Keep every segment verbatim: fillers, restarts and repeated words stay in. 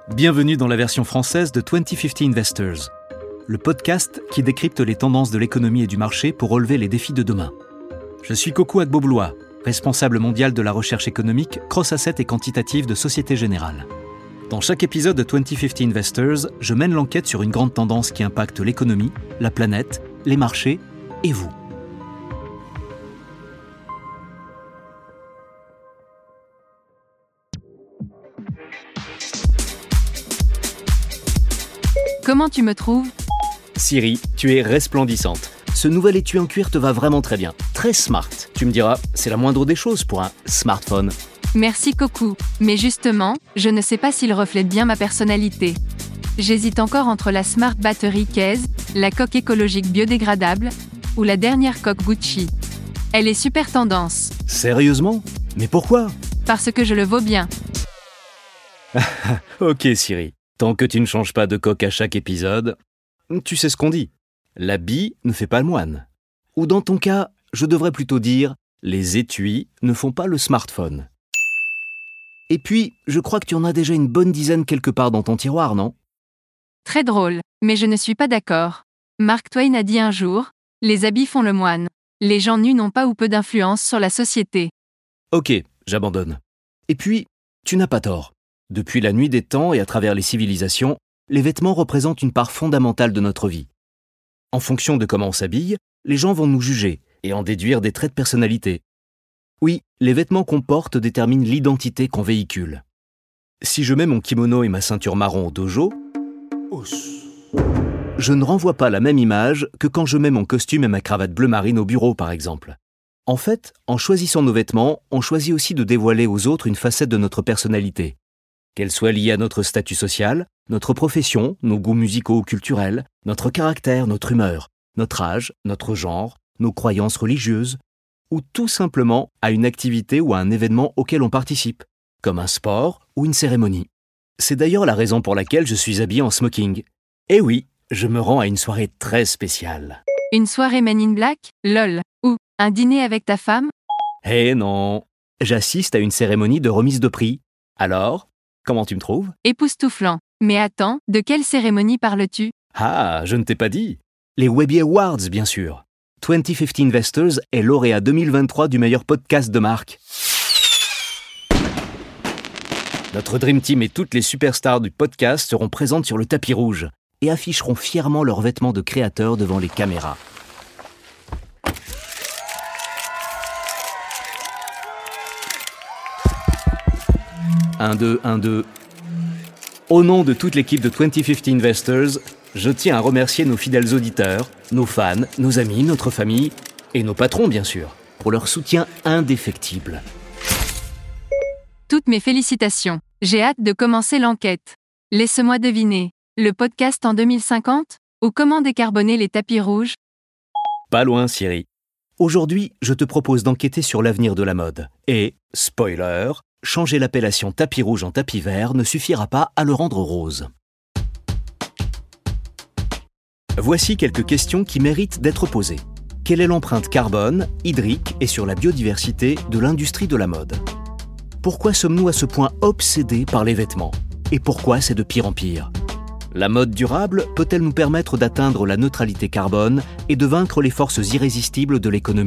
Bienvenue dans la version française de vingt cinquante Investors, le podcast qui décrypte les tendances de l'économie et du marché pour relever les défis de demain. Je suis Coco Agboblois, responsable mondial de la recherche économique, cross-asset et quantitative de Société Générale. Dans chaque épisode de vingt cinquante Investors, je mène l'enquête sur une grande tendance qui impacte l'économie, la planète, les marchés et vous. Comment tu me trouves ? Siri, tu es resplendissante. Ce nouvel étui en cuir te va vraiment très bien. Très smart. Tu me diras, c'est la moindre des choses pour un smartphone. Merci Coco, mais justement, je ne sais pas s'il reflète bien ma personnalité. J'hésite encore entre la Smart Battery Case, la coque écologique biodégradable, ou la dernière coque Gucci. Elle est super tendance. Sérieusement ? Mais pourquoi ? Parce que je le vaux bien. Ok Siri, tant que tu ne changes pas de coque à chaque épisode, tu sais ce qu'on dit. L'habit ne fait pas le moine. Ou dans ton cas, je devrais plutôt dire, les étuis ne font pas le smartphone. Et puis, je crois que tu en as déjà une bonne dizaine quelque part dans ton tiroir, non ? Très drôle, mais je ne suis pas d'accord. Mark Twain a dit un jour, « Les habits font le moine. Les gens nus n'ont pas ou peu d'influence sur la société. » Ok, j'abandonne. Et puis, tu n'as pas tort. Depuis la nuit des temps et à travers les civilisations, les vêtements représentent une part fondamentale de notre vie. En fonction de comment on s'habille, les gens vont nous juger et en déduire des traits de personnalité. Oui, les vêtements qu'on porte déterminent l'identité qu'on véhicule. Si je mets mon kimono et ma ceinture marron au dojo, je ne renvoie pas la même image que quand je mets mon costume et ma cravate bleu marine au bureau, par exemple. En fait, en choisissant nos vêtements, on choisit aussi de dévoiler aux autres une facette de notre personnalité. Qu'elle soit liée à notre statut social, notre profession, nos goûts musicaux ou culturels, notre caractère, notre humeur, notre âge, notre genre, nos croyances religieuses, ou tout simplement à une activité ou à un événement auquel on participe, comme un sport ou une cérémonie. C'est d'ailleurs la raison pour laquelle je suis habillé en smoking. Et oui, je me rends à une soirée très spéciale. Une soirée Men in Black ? Lol. Ou un dîner avec ta femme ? Eh non, j'assiste à une cérémonie de remise de prix. Alors, comment tu me trouves ? Époustouflant. Mais attends, de quelle cérémonie parles-tu ? Ah, je ne t'ai pas dit. Les Webby Awards, bien sûr. vingt cinquante Investors est lauréat deux mille vingt-trois du meilleur podcast de marque. Notre Dream Team et toutes les superstars du podcast seront présentes sur le tapis rouge et afficheront fièrement leurs vêtements de créateurs devant les caméras. Un, deux, un, deux. Au nom de toute l'équipe de vingt cinquante Investors, je tiens à remercier nos fidèles auditeurs, nos fans, nos amis, notre famille et nos patrons, bien sûr, pour leur soutien indéfectible. Toutes mes félicitations. J'ai hâte de commencer l'enquête. Laisse-moi deviner. Le podcast en deux mille cinquante ? Ou comment décarboner les tapis rouges ? Pas loin, Siri. Aujourd'hui, je te propose d'enquêter sur l'avenir de la mode. Et, spoiler, changer l'appellation tapis rouge en tapis vert ne suffira pas à le rendre rose. Voici quelques questions qui méritent d'être posées. Quelle est l'empreinte carbone, hydrique et sur la biodiversité de l'industrie de la mode ? Pourquoi sommes-nous à ce point obsédés par les vêtements ? Et pourquoi c'est de pire en pire ? La mode durable peut-elle nous permettre d'atteindre la neutralité carbone et de vaincre les forces irrésistibles de l'économie ?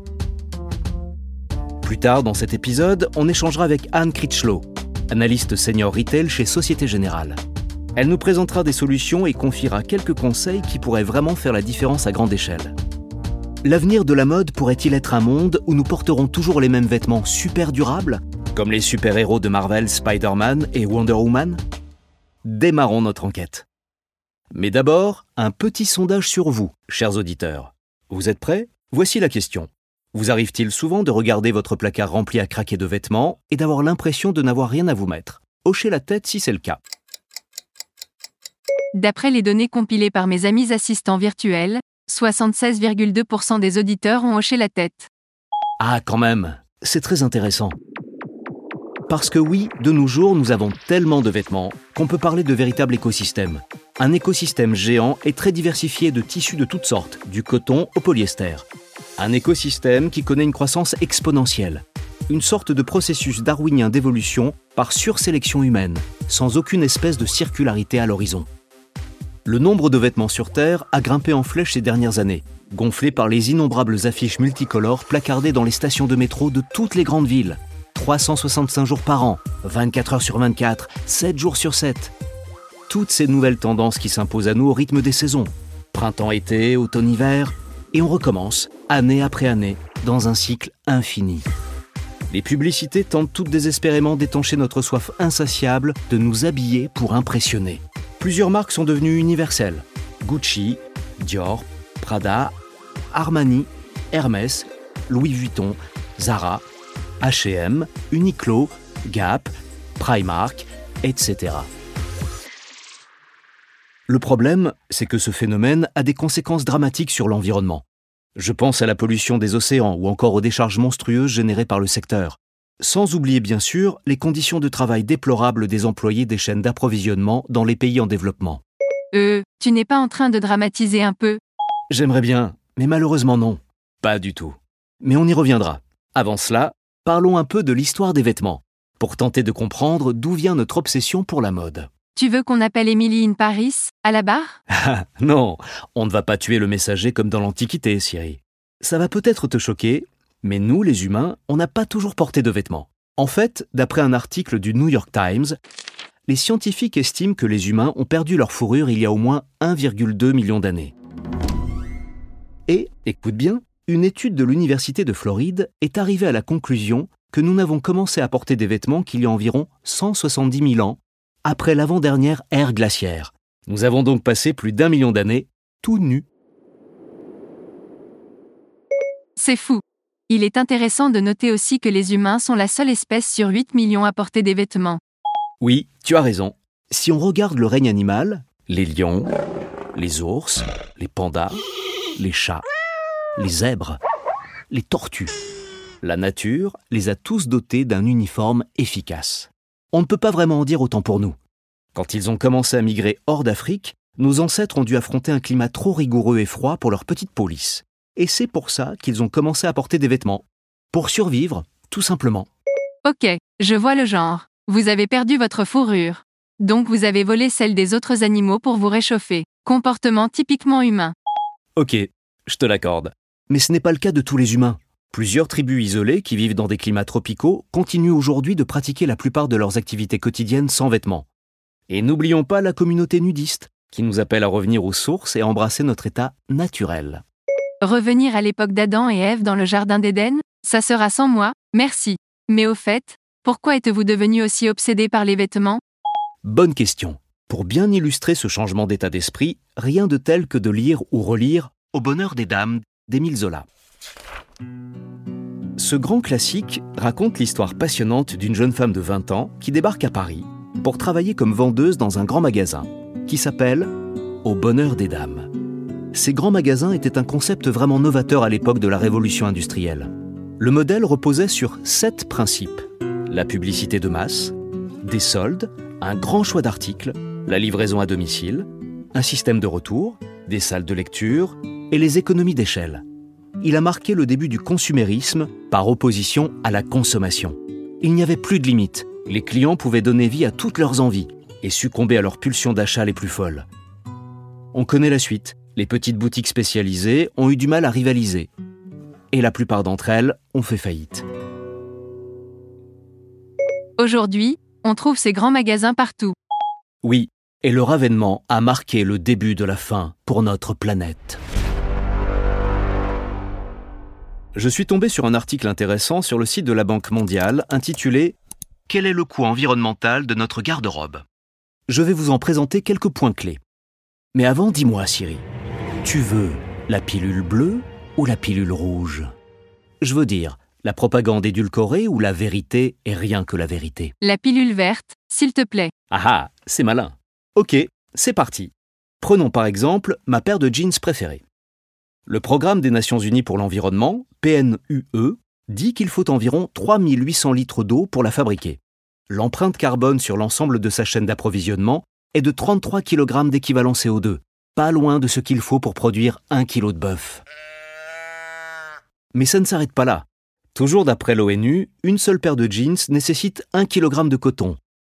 Plus tard dans cet épisode, on échangera avec Anne Critchlow, analyste senior retail chez Société Générale. Elle nous présentera des solutions et confiera quelques conseils qui pourraient vraiment faire la différence à grande échelle. L'avenir de la mode pourrait-il être un monde où nous porterons toujours les mêmes vêtements super durables, comme les super-héros de Marvel, Spider-Man et Wonder Woman ? Démarrons notre enquête. Mais d'abord, un petit sondage sur vous, chers auditeurs. Vous êtes prêts ? Voici la question. Vous arrive-t-il souvent de regarder votre placard rempli à craquer de vêtements et d'avoir l'impression de n'avoir rien à vous mettre ? Hochez la tête si c'est le cas. D'après les données compilées par mes amis assistants virtuels, soixante-seize virgule deux pour cent des auditeurs ont hoché la tête. Ah, quand même, c'est très intéressant. Parce que oui, de nos jours, nous avons tellement de vêtements qu'on peut parler de véritable écosystème. Un écosystème géant et très diversifié de tissus de toutes sortes, du coton au polyester. Un écosystème qui connaît une croissance exponentielle. Une sorte de processus darwinien d'évolution par sursélection humaine, sans aucune espèce de circularité à l'horizon. Le nombre de vêtements sur Terre a grimpé en flèche ces dernières années, gonflé par les innombrables affiches multicolores placardées dans les stations de métro de toutes les grandes villes. trois cent soixante-cinq jours par an, vingt-quatre heures sur vingt-quatre, sept jours sur sept. Toutes ces nouvelles tendances qui s'imposent à nous au rythme des saisons. Printemps-été, automne-hiver, et on recommence, année après année, dans un cycle infini. Les publicités tentent toutes désespérément d'étancher notre soif insatiable de nous habiller pour impressionner. Plusieurs marques sont devenues universelles. Gucci, Dior, Prada, Armani, Hermès, Louis Vuitton, Zara, H et M, Uniqlo, Gap, Primark, et cetera. Le problème, c'est que ce phénomène a des conséquences dramatiques sur l'environnement. Je pense à la pollution des océans ou encore aux décharges monstrueuses générées par le secteur. Sans oublier bien sûr les conditions de travail déplorables des employés des chaînes d'approvisionnement dans les pays en développement. Euh, tu n'es pas en train de dramatiser un peu ? J'aimerais bien, mais malheureusement non. Pas du tout. Mais on y reviendra. Avant cela, parlons un peu de l'histoire des vêtements, pour tenter de comprendre d'où vient notre obsession pour la mode. Tu veux qu'on appelle Emily in Paris, à la barre ? Non, on ne va pas tuer le messager comme dans l'Antiquité, Siri. Ça va peut-être te choquer, mais nous, les humains, on n'a pas toujours porté de vêtements. En fait, d'après un article du New York Times, les scientifiques estiment que les humains ont perdu leur fourrure il y a au moins un virgule deux million d'années. Et, écoute bien, une étude de l'Université de Floride est arrivée à la conclusion que nous n'avons commencé à porter des vêtements qu'il y a environ cent soixante-dix mille ans, après l'avant-dernière ère glaciaire. Nous avons donc passé plus d'un million d'années tout nus. C'est fou. Il est intéressant de noter aussi que les humains sont la seule espèce sur huit millions à porter des vêtements. Oui, tu as raison. Si on regarde le règne animal, les lions, les ours, les pandas, les chats, les zèbres, les tortues, la nature les a tous dotés d'un uniforme efficace. On ne peut pas vraiment en dire autant pour nous. Quand ils ont commencé à migrer hors d'Afrique, nos ancêtres ont dû affronter un climat trop rigoureux et froid pour leur petite peau lisse. Et c'est pour ça qu'ils ont commencé à porter des vêtements. Pour survivre, tout simplement. Ok, je vois le genre. Vous avez perdu votre fourrure. Donc vous avez volé celle des autres animaux pour vous réchauffer. Comportement typiquement humain. Ok, je te l'accorde. Mais ce n'est pas le cas de tous les humains. Plusieurs tribus isolées qui vivent dans des climats tropicaux continuent aujourd'hui de pratiquer la plupart de leurs activités quotidiennes sans vêtements. Et n'oublions pas la communauté nudiste, qui nous appelle à revenir aux sources et à embrasser notre état naturel. Revenir à l'époque d'Adam et Ève dans le jardin d'Éden ? Ça sera sans moi, merci. Mais au fait, pourquoi êtes-vous devenus aussi obsédés par les vêtements ? Bonne question. Pour bien illustrer ce changement d'état d'esprit, rien de tel que de lire ou relire « Au bonheur des dames » d'Émile Zola. Ce grand classique raconte l'histoire passionnante d'une jeune femme de vingt ans qui débarque à Paris pour travailler comme vendeuse dans un grand magasin qui s'appelle « Au bonheur des dames ». Ces grands magasins étaient un concept vraiment novateur à l'époque de la révolution industrielle. Le modèle reposait sur sept principes. La publicité de masse, des soldes, un grand choix d'articles, la livraison à domicile, un système de retour, des salles de lecture et les économies d'échelle. Il a marqué le début du consumérisme par opposition à la consommation. Il n'y avait plus de limites. Les clients pouvaient donner vie à toutes leurs envies et succomber à leurs pulsions d'achat les plus folles. On connaît la suite. Les petites boutiques spécialisées ont eu du mal à rivaliser. Et la plupart d'entre elles ont fait faillite. Aujourd'hui, on trouve ces grands magasins partout. Oui, et leur avènement a marqué le début de la fin pour notre planète. Je suis tombé sur un article intéressant sur le site de la Banque mondiale intitulé « Quel est le coût environnemental de notre garde-robe ?» Je vais vous en présenter quelques points clés. Mais avant, dis-moi, Siri, tu veux la pilule bleue ou la pilule rouge ? Je veux dire, la propagande édulcorée ou la vérité est rien que la vérité ? La pilule verte, s'il te plaît. Ah ah, c'est malin. Ok, c'est parti. Prenons par exemple ma paire de jeans préférée. Le Programme des Nations Unies pour l'environnement, P N U E, dit qu'il faut environ trois mille huit cents litres d'eau pour la fabriquer. L'empreinte carbone sur l'ensemble de sa chaîne d'approvisionnement est de trente-trois kilogrammes d'équivalent C O deux, pas loin de ce qu'il faut pour produire un kilo de bœuf. Mais ça ne s'arrête pas là. Toujours d'après l'O N U, une seule paire de jeans nécessite un kilogramme de coton,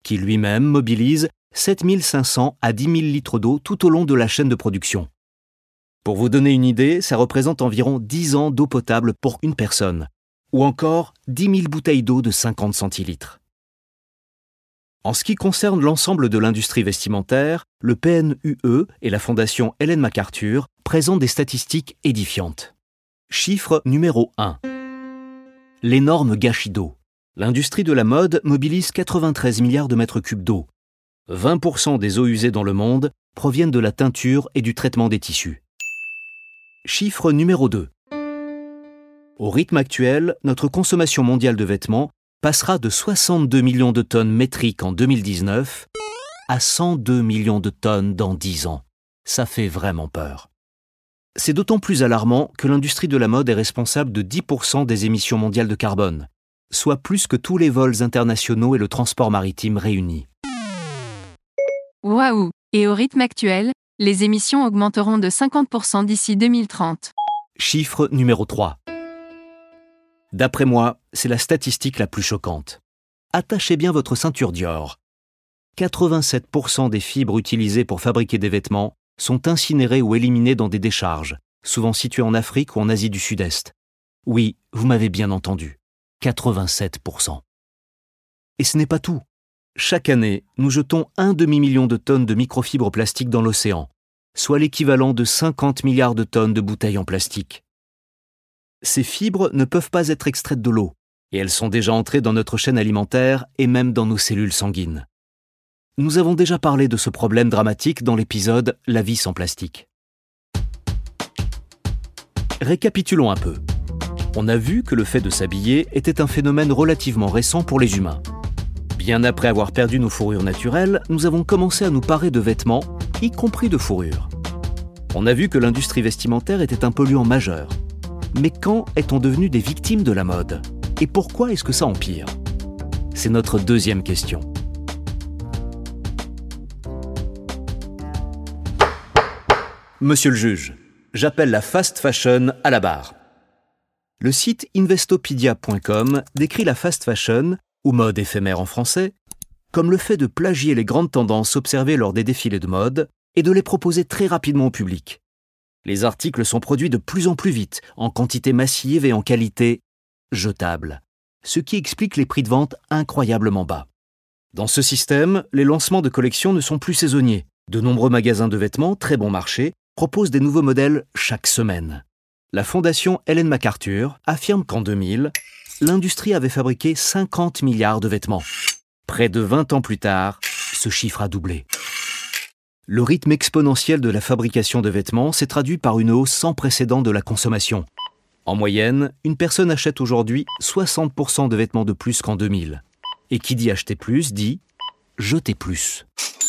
qui lui-même mobilise sept mille cinq cents à dix mille litres d'eau tout au long de la chaîne de production. Pour vous donner une idée, ça représente environ dix ans d'eau potable pour une personne, ou encore dix mille bouteilles d'eau de cinquante centilitres. En ce qui concerne l'ensemble de l'industrie vestimentaire, le P N U E et la Fondation Ellen MacArthur présentent des statistiques édifiantes. Chiffre numéro un. L'énorme gâchis d'eau. L'industrie de la mode mobilise quatre-vingt-treize milliards de mètres cubes d'eau. vingt pour cent des eaux usées dans le monde proviennent de la teinture et du traitement des tissus. Chiffre numéro deux. Au rythme actuel, notre consommation mondiale de vêtements passera de soixante-deux millions de tonnes métriques en deux mille dix-neuf à cent deux millions de tonnes dans dix ans. Ça fait vraiment peur. C'est d'autant plus alarmant que l'industrie de la mode est responsable de dix pour cent des émissions mondiales de carbone, soit plus que tous les vols internationaux et le transport maritime réunis. Waouh! Et au rythme actuel, les émissions augmenteront de cinquante pour cent d'ici deux mille trente. Chiffre numéro trois. D'après moi, c'est la statistique la plus choquante. Attachez bien votre ceinture Dior. quatre-vingt-sept pour cent des fibres utilisées pour fabriquer des vêtements sont incinérées ou éliminées dans des décharges, souvent situées en Afrique ou en Asie du Sud-Est. Oui, vous m'avez bien entendu. quatre-vingt-sept pour cent. Et ce n'est pas tout. Chaque année, nous jetons un demi-million de tonnes de microfibres plastiques dans l'océan, soit l'équivalent de cinquante milliards de tonnes de bouteilles en plastique. Ces fibres ne peuvent pas être extraites de l'eau, et elles sont déjà entrées dans notre chaîne alimentaire et même dans nos cellules sanguines. Nous avons déjà parlé de ce problème dramatique dans l'épisode « La vie sans plastique ». Récapitulons un peu. On a vu que le fait de s'habiller était un phénomène relativement récent pour les humains. Bien après avoir perdu nos fourrures naturelles, nous avons commencé à nous parer de vêtements, y compris de fourrures. On a vu que l'industrie vestimentaire était un polluant majeur. Mais quand est-on devenu des victimes de la mode? Et pourquoi est-ce que ça empire? C'est notre deuxième question. Monsieur le juge, j'appelle la fast fashion à la barre. Le site investopedia point com décrit la fast fashion, ou mode éphémère en français, comme le fait de plagier les grandes tendances observées lors des défilés de mode et de les proposer très rapidement au public. Les articles sont produits de plus en plus vite, en quantité massive et en qualité jetable, ce qui explique les prix de vente incroyablement bas. Dans ce système, les lancements de collections ne sont plus saisonniers. De nombreux magasins de vêtements, très bon marché, proposent des nouveaux modèles chaque semaine. La Fondation Ellen MacArthur affirme qu'en deux mille, l'industrie avait fabriqué cinquante milliards de vêtements. Près de vingt ans plus tard, ce chiffre a doublé. Le rythme exponentiel de la fabrication de vêtements s'est traduit par une hausse sans précédent de la consommation. En moyenne, une personne achète aujourd'hui soixante pour cent de vêtements de plus qu'en deux mille. Et qui dit acheter plus dit jeter plus.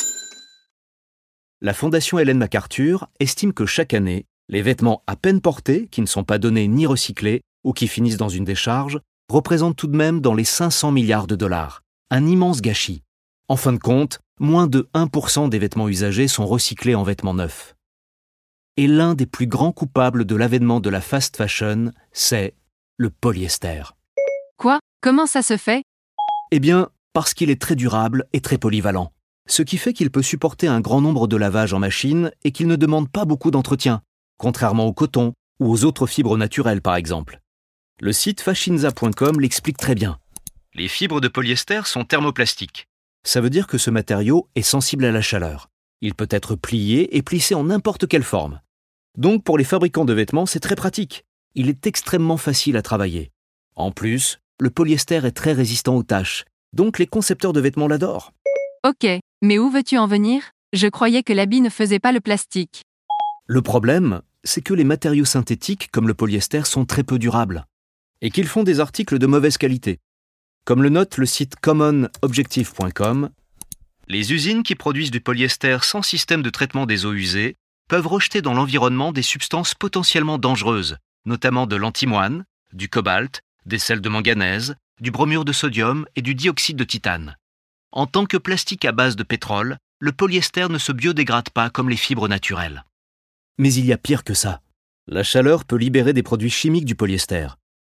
La Fondation Ellen MacArthur estime que chaque année, les vêtements à peine portés, qui ne sont pas donnés ni recyclés ou qui finissent dans une décharge, représentent tout de même dans les cinq cents milliards de dollars. Un immense gâchis. En fin de compte, moins de un pour cent des vêtements usagés sont recyclés en vêtements neufs. Et l'un des plus grands coupables de l'avènement de la fast fashion, c'est le polyester. Quoi? Comment ça se fait? Eh bien, parce qu'il est très durable et très polyvalent. Ce qui fait qu'il peut supporter un grand nombre de lavages en machine et qu'il ne demande pas beaucoup d'entretien, contrairement au coton ou aux autres fibres naturelles par exemple. Le site fashinza point com l'explique très bien. Les fibres de polyester sont thermoplastiques. Ça veut dire que ce matériau est sensible à la chaleur. Il peut être plié et plissé en n'importe quelle forme. Donc pour les fabricants de vêtements, c'est très pratique. Il est extrêmement facile à travailler. En plus, le polyester est très résistant aux taches, donc les concepteurs de vêtements l'adorent. Ok, mais où veux-tu en venir? Je croyais que l'habit ne faisait pas le plastique. Le problème, c'est que les matériaux synthétiques comme le polyester sont très peu durables et qu'ils font des articles de mauvaise qualité. Comme le note le site common objective point com, les usines qui produisent du polyester sans système de traitement des eaux usées peuvent rejeter dans l'environnement des substances potentiellement dangereuses, notamment de l'antimoine, du cobalt, des sels de manganèse, du bromure de sodium et du dioxyde de titane. En tant que plastique à base de pétrole, le polyester ne se biodégrade pas comme les fibres naturelles. Mais il y a pire que ça. La chaleur peut libérer des produits chimiques du polyester.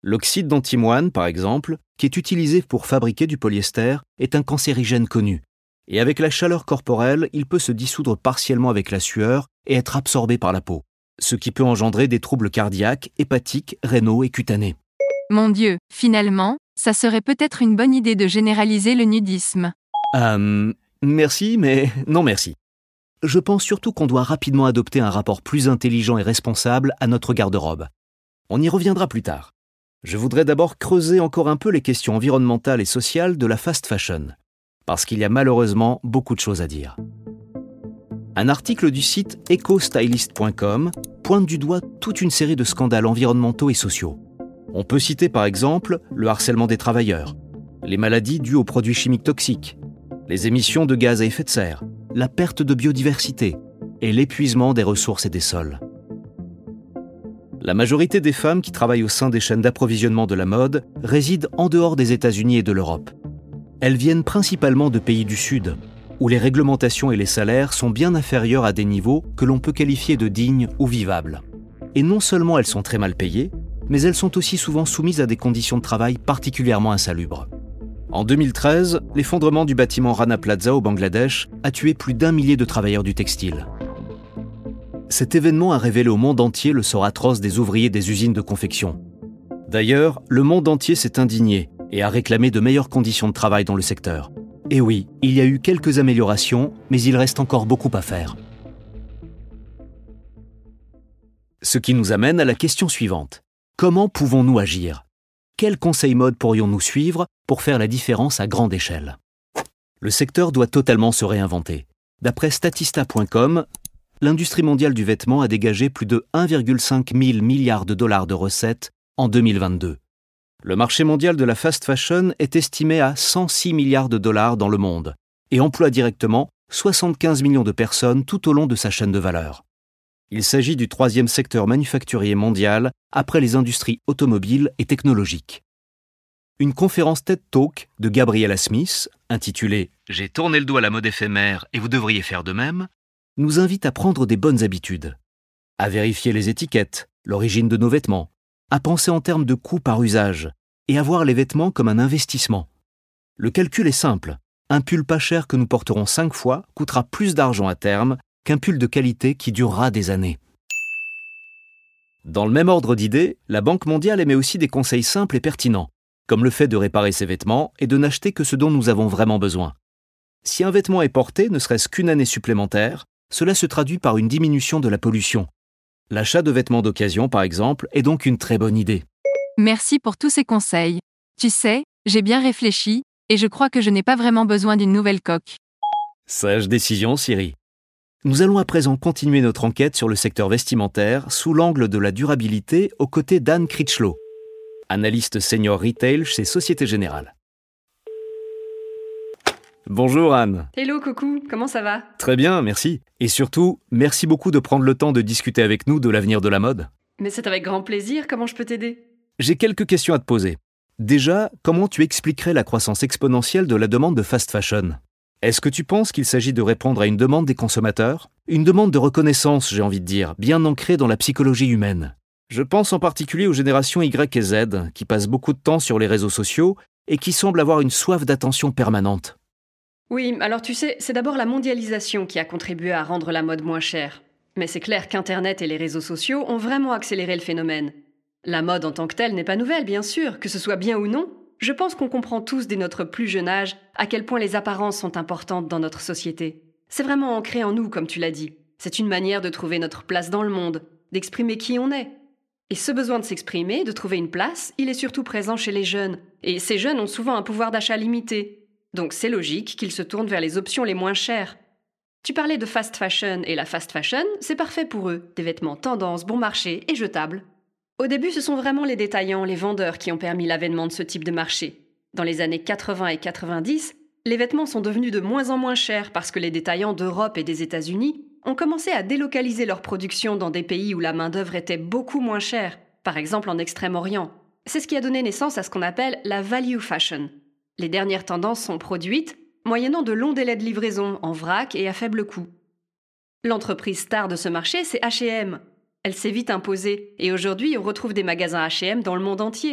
L'oxyde d'antimoine, par exemple, qui est utilisé pour fabriquer du polyester, est un cancérigène connu. Et avec la chaleur corporelle, il peut se dissoudre partiellement avec la sueur et être absorbé par la peau, ce qui peut engendrer des troubles cardiaques, hépatiques, rénaux et cutanés. Mon Dieu, finalement, ça serait peut-être une bonne idée de généraliser le nudisme. Euh, merci, mais non merci. Je pense surtout qu'on doit rapidement adopter un rapport plus intelligent et responsable à notre garde-robe. On y reviendra plus tard. Je voudrais d'abord creuser encore un peu les questions environnementales et sociales de la fast fashion, parce qu'il y a malheureusement beaucoup de choses à dire. Un article du site ecostylist point com pointe du doigt toute une série de scandales environnementaux et sociaux. On peut citer par exemple le harcèlement des travailleurs, les maladies dues aux produits chimiques toxiques, les émissions de gaz à effet de serre, la perte de biodiversité et l'épuisement des ressources et des sols. La majorité des femmes qui travaillent au sein des chaînes d'approvisionnement de la mode résident en dehors des États-Unis et de l'Europe. Elles viennent principalement de pays du Sud, où les réglementations et les salaires sont bien inférieurs à des niveaux que l'on peut qualifier de dignes ou vivables. Et non seulement elles sont très mal payées, mais elles sont aussi souvent soumises à des conditions de travail particulièrement insalubres. En deux mille treize, l'effondrement du bâtiment Rana Plaza au Bangladesh a tué plus d'un millier de travailleurs du textile. Cet événement a révélé au monde entier le sort atroce des ouvriers des usines de confection. D'ailleurs, le monde entier s'est indigné et a réclamé de meilleures conditions de travail dans le secteur. Et oui, il y a eu quelques améliorations, mais il reste encore beaucoup à faire. Ce qui nous amène à la question suivante. Comment pouvons-nous agir ? Quels conseils mode pourrions-nous suivre pour faire la différence à grande échelle ? Le secteur doit totalement se réinventer. D'après statista point com, l'industrie mondiale du vêtement a dégagé plus de un virgule cinq mille milliards de dollars de recettes en deux mille vingt-deux. Le marché mondial de la fast fashion est estimé à cent six milliards de dollars dans le monde et emploie directement soixante-quinze millions de personnes tout au long de sa chaîne de valeur. Il s'agit du troisième secteur manufacturier mondial après les industries automobiles et technologiques. Une conférence TED Talk de Gabriela Smith, intitulée « J'ai tourné le dos à la mode éphémère et vous devriez faire de même », nous invite à prendre des bonnes habitudes, à vérifier les étiquettes, l'origine de nos vêtements, à penser en termes de coût par usage et à voir les vêtements comme un investissement. Le calcul est simple. Un pull pas cher que nous porterons cinq fois coûtera plus d'argent à terme qu'un pull de qualité qui durera des années. Dans le même ordre d'idées, la Banque mondiale émet aussi des conseils simples et pertinents, comme le fait de réparer ses vêtements et de n'acheter que ce dont nous avons vraiment besoin. Si un vêtement est porté ne serait-ce qu'une année supplémentaire, cela se traduit par une diminution de la pollution. L'achat de vêtements d'occasion, par exemple, est donc une très bonne idée. Merci pour tous ces conseils. Tu sais, j'ai bien réfléchi, et je crois que je n'ai pas vraiment besoin d'une nouvelle coque. Sage décision, Siri. Nous allons à présent continuer notre enquête sur le secteur vestimentaire sous l'angle de la durabilité aux côtés d'Anne Critchlow, analyste senior retail chez Société Générale. Bonjour Anne. Hello coucou, comment ça va ? Très bien, merci. Et surtout, merci beaucoup de prendre le temps de discuter avec nous de l'avenir de la mode. Mais c'est avec grand plaisir, comment je peux t'aider ? J'ai quelques questions à te poser. Déjà, comment tu expliquerais la croissance exponentielle de la demande de fast fashion ? Est-ce que tu penses qu'il s'agit de répondre à une demande des consommateurs ? Une demande de reconnaissance, j'ai envie de dire, bien ancrée dans la psychologie humaine. Je pense en particulier aux générations Y et Z, qui passent beaucoup de temps sur les réseaux sociaux et qui semblent avoir une soif d'attention permanente. Oui, alors tu sais, c'est d'abord la mondialisation qui a contribué à rendre la mode moins chère. Mais c'est clair qu'Internet et les réseaux sociaux ont vraiment accéléré le phénomène. La mode en tant que telle n'est pas nouvelle, bien sûr, que ce soit bien ou non. Je pense qu'on comprend tous dès notre plus jeune âge à quel point les apparences sont importantes dans notre société. C'est vraiment ancré en nous, comme tu l'as dit. C'est une manière de trouver notre place dans le monde, d'exprimer qui on est. Et ce besoin de s'exprimer, de trouver une place, il est surtout présent chez les jeunes. Et ces jeunes ont souvent un pouvoir d'achat limité. Donc c'est logique qu'ils se tournent vers les options les moins chères. Tu parlais de fast fashion, et la fast fashion, c'est parfait pour eux. Des vêtements tendance, bon marché et jetables. Au début, ce sont vraiment les détaillants, les vendeurs qui ont permis l'avènement de ce type de marché. Dans les années quatre-vingts et quatre-vingt-dix, les vêtements sont devenus de moins en moins chers parce que les détaillants d'Europe et des États-Unis ont commencé à délocaliser leur production dans des pays où la main-d'œuvre était beaucoup moins chère, par exemple en Extrême-Orient. C'est ce qui a donné naissance à ce qu'on appelle la value fashion. Les dernières tendances sont produites moyennant de longs délais de livraison, en vrac et à faible coût. L'entreprise star de ce marché, c'est H et M. Elle s'est vite imposée et aujourd'hui, on retrouve des magasins H et M dans le monde entier.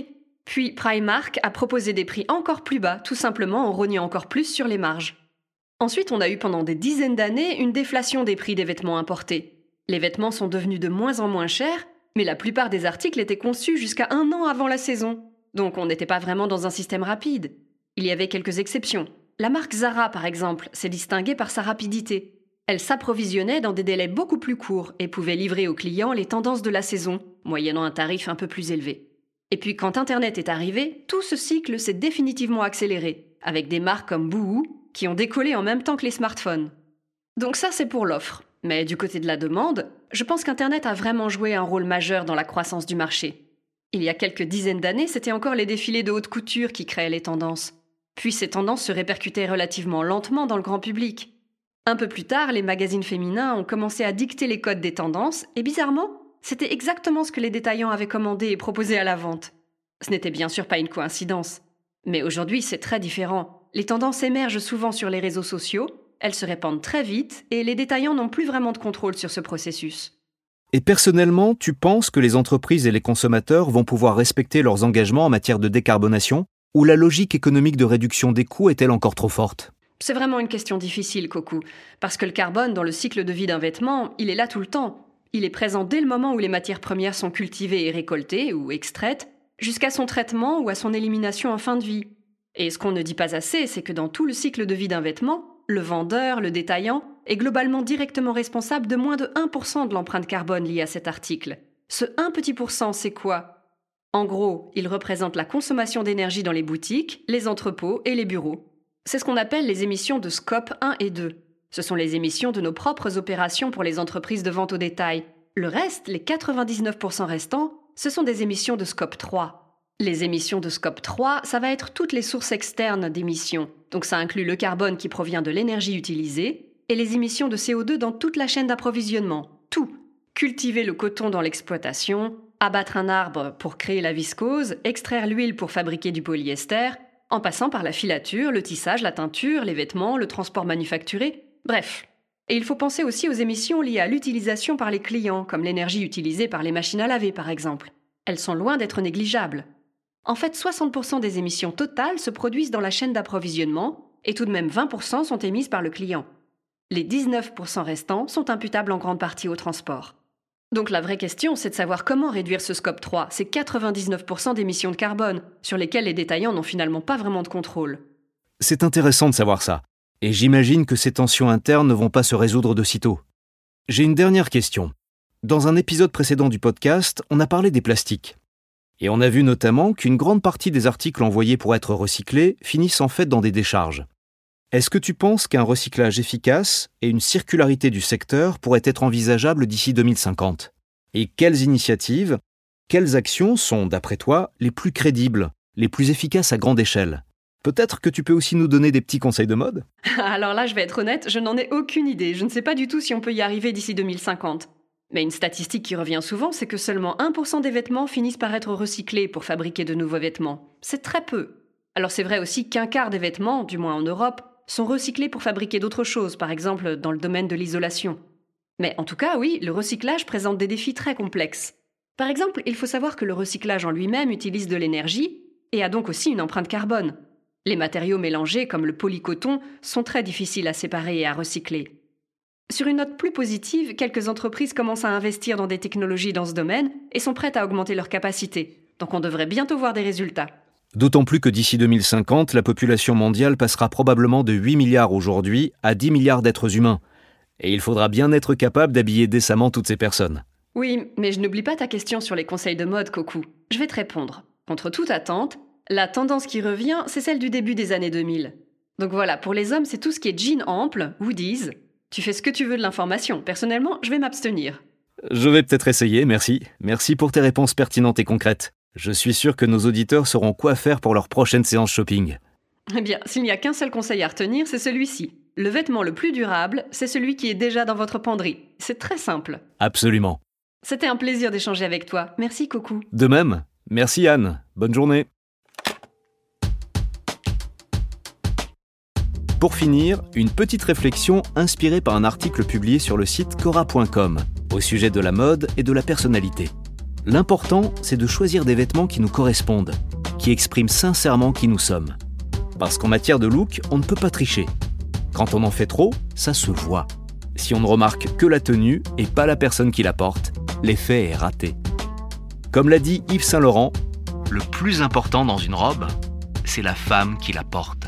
Puis Primark a proposé des prix encore plus bas, tout simplement en rognant encore plus sur les marges. Ensuite, on a eu pendant des dizaines d'années une déflation des prix des vêtements importés. Les vêtements sont devenus de moins en moins chers, mais la plupart des articles étaient conçus jusqu'à un an avant la saison. Donc on n'était pas vraiment dans un système rapide. Il y avait quelques exceptions. La marque Zara, par exemple, s'est distinguée par sa rapidité. Elle s'approvisionnait dans des délais beaucoup plus courts et pouvait livrer aux clients les tendances de la saison, moyennant un tarif un peu plus élevé. Et puis quand Internet est arrivé, tout ce cycle s'est définitivement accéléré, avec des marques comme Boohoo qui ont décollé en même temps que les smartphones. Donc ça, c'est pour l'offre. Mais du côté de la demande, je pense qu'Internet a vraiment joué un rôle majeur dans la croissance du marché. Il y a quelques dizaines d'années, c'était encore les défilés de haute couture qui créaient les tendances. Puis ces tendances se répercutaient relativement lentement dans le grand public. Un peu plus tard, les magazines féminins ont commencé à dicter les codes des tendances, et bizarrement, c'était exactement ce que les détaillants avaient commandé et proposé à la vente. Ce n'était bien sûr pas une coïncidence. Mais aujourd'hui, c'est très différent. Les tendances émergent souvent sur les réseaux sociaux, elles se répandent très vite, et les détaillants n'ont plus vraiment de contrôle sur ce processus. Et personnellement, tu penses que les entreprises et les consommateurs vont pouvoir respecter leurs engagements en matière de décarbonation, ou la logique économique de réduction des coûts est-elle encore trop forte ? C'est vraiment une question difficile, Coco, parce que le carbone dans le cycle de vie d'un vêtement, il est là tout le temps. Il est présent dès le moment où les matières premières sont cultivées et récoltées ou extraites, jusqu'à son traitement ou à son élimination en fin de vie. Et ce qu'on ne dit pas assez, c'est que dans tout le cycle de vie d'un vêtement, le vendeur, le détaillant, est globalement directement responsable de moins de un pour cent de l'empreinte carbone liée à cet article. Ce un petit pour cent, c'est quoi ? En gros, il représente la consommation d'énergie dans les boutiques, les entrepôts et les bureaux. C'est ce qu'on appelle les émissions de Scope un et deux. Ce sont les émissions de nos propres opérations pour les entreprises de vente au détail. Le reste, les quatre-vingt-dix-neuf pour cent restants, ce sont des émissions de Scope trois. Les émissions de Scope trois, ça va être toutes les sources externes d'émissions. Donc ça inclut le carbone qui provient de l'énergie utilisée et les émissions de C O deux dans toute la chaîne d'approvisionnement. Tout. Cultiver le coton dans l'exploitation, abattre un arbre pour créer la viscose, extraire l'huile pour fabriquer du polyester, en passant par la filature, le tissage, la teinture, les vêtements, le transport manufacturé, bref. Et il faut penser aussi aux émissions liées à l'utilisation par les clients, comme l'énergie utilisée par les machines à laver par exemple. Elles sont loin d'être négligeables. En fait, soixante pour cent des émissions totales se produisent dans la chaîne d'approvisionnement et tout de même vingt pour cent sont émises par le client. Les dix-neuf pour cent restants sont imputables en grande partie au transport. Donc la vraie question, c'est de savoir comment réduire ce scope trois, ces quatre-vingt-dix-neuf pour cent d'émissions de carbone, sur lesquelles les détaillants n'ont finalement pas vraiment de contrôle. C'est intéressant de savoir ça. Et j'imagine que ces tensions internes ne vont pas se résoudre de sitôt. J'ai une dernière question. Dans un épisode précédent du podcast, on a parlé des plastiques. Et on a vu notamment qu'une grande partie des articles envoyés pour être recyclés finissent en fait dans des décharges. Est-ce que tu penses qu'un recyclage efficace et une circularité du secteur pourraient être envisageables d'ici deux mille cinquante ? Et quelles initiatives, quelles actions sont, d'après toi, les plus crédibles, les plus efficaces à grande échelle ? Peut-être que tu peux aussi nous donner des petits conseils de mode ? Alors là, je vais être honnête, je n'en ai aucune idée. Je ne sais pas du tout si on peut y arriver d'ici deux mille cinquante. Mais une statistique qui revient souvent, c'est que seulement un pour cent des vêtements finissent par être recyclés pour fabriquer de nouveaux vêtements. C'est très peu. Alors c'est vrai aussi qu'un quart des vêtements, du moins en Europe, sont recyclés pour fabriquer d'autres choses, par exemple dans le domaine de l'isolation. Mais en tout cas, oui, le recyclage présente des défis très complexes. Par exemple, il faut savoir que le recyclage en lui-même utilise de l'énergie et a donc aussi une empreinte carbone. Les matériaux mélangés, comme le polycoton, sont très difficiles à séparer et à recycler. Sur une note plus positive, quelques entreprises commencent à investir dans des technologies dans ce domaine et sont prêtes à augmenter leurs capacités. Donc on devrait bientôt voir des résultats. D'autant plus que d'ici deux mille cinquante, la population mondiale passera probablement de huit milliards aujourd'hui à dix milliards d'êtres humains. Et il faudra bien être capable d'habiller décemment toutes ces personnes. Oui, mais je n'oublie pas ta question sur les conseils de mode, Coco. Je vais te répondre. Contre toute attente, la tendance qui revient, c'est celle du début des années deux mille. Donc voilà, pour les hommes, c'est tout ce qui est jeans amples, hoodies. Tu fais ce que tu veux de l'information. Personnellement, je vais m'abstenir. Je vais peut-être essayer, merci. Merci pour tes réponses pertinentes et concrètes. Je suis sûr que nos auditeurs sauront quoi faire pour leur prochaine séance shopping. Eh bien, s'il n'y a qu'un seul conseil à retenir, c'est celui-ci. Le vêtement le plus durable, c'est celui qui est déjà dans votre penderie. C'est très simple. Absolument. C'était un plaisir d'échanger avec toi. Merci, Coco. De même. Merci, Anne. Bonne journée. Pour finir, une petite réflexion inspirée par un article publié sur le site cora point com au sujet de la mode et de la personnalité. L'important, c'est de choisir des vêtements qui nous correspondent, qui exprime sincèrement qui nous sommes. Parce qu'en matière de look, on ne peut pas tricher. Quand on en fait trop, ça se voit. Si on ne remarque que la tenue et pas la personne qui la porte, l'effet est raté. Comme l'a dit Yves Saint Laurent, le plus important dans une robe, c'est la femme qui la porte.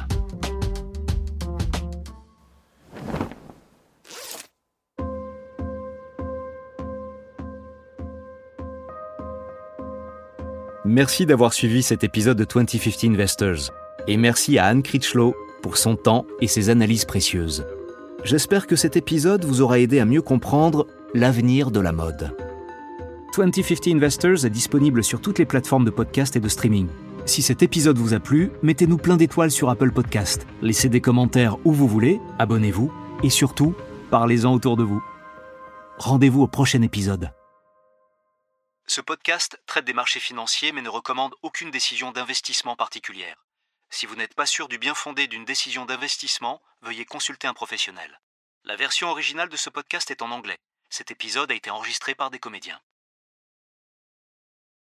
Merci d'avoir suivi cet épisode de vingt cinquante Investors. Et merci à Anne Critchlow pour son temps et ses analyses précieuses. J'espère que cet épisode vous aura aidé à mieux comprendre l'avenir de la mode. vingt cinquante Investors est disponible sur toutes les plateformes de podcast et de streaming. Si cet épisode vous a plu, mettez-nous plein d'étoiles sur Apple Podcast, laissez des commentaires où vous voulez, abonnez-vous et surtout, parlez-en autour de vous. Rendez-vous au prochain épisode. Ce podcast traite des marchés financiers mais ne recommande aucune décision d'investissement particulière. Si vous n'êtes pas sûr du bien fondé d'une décision d'investissement, veuillez consulter un professionnel. La version originale de ce podcast est en anglais. Cet épisode a été enregistré par des comédiens.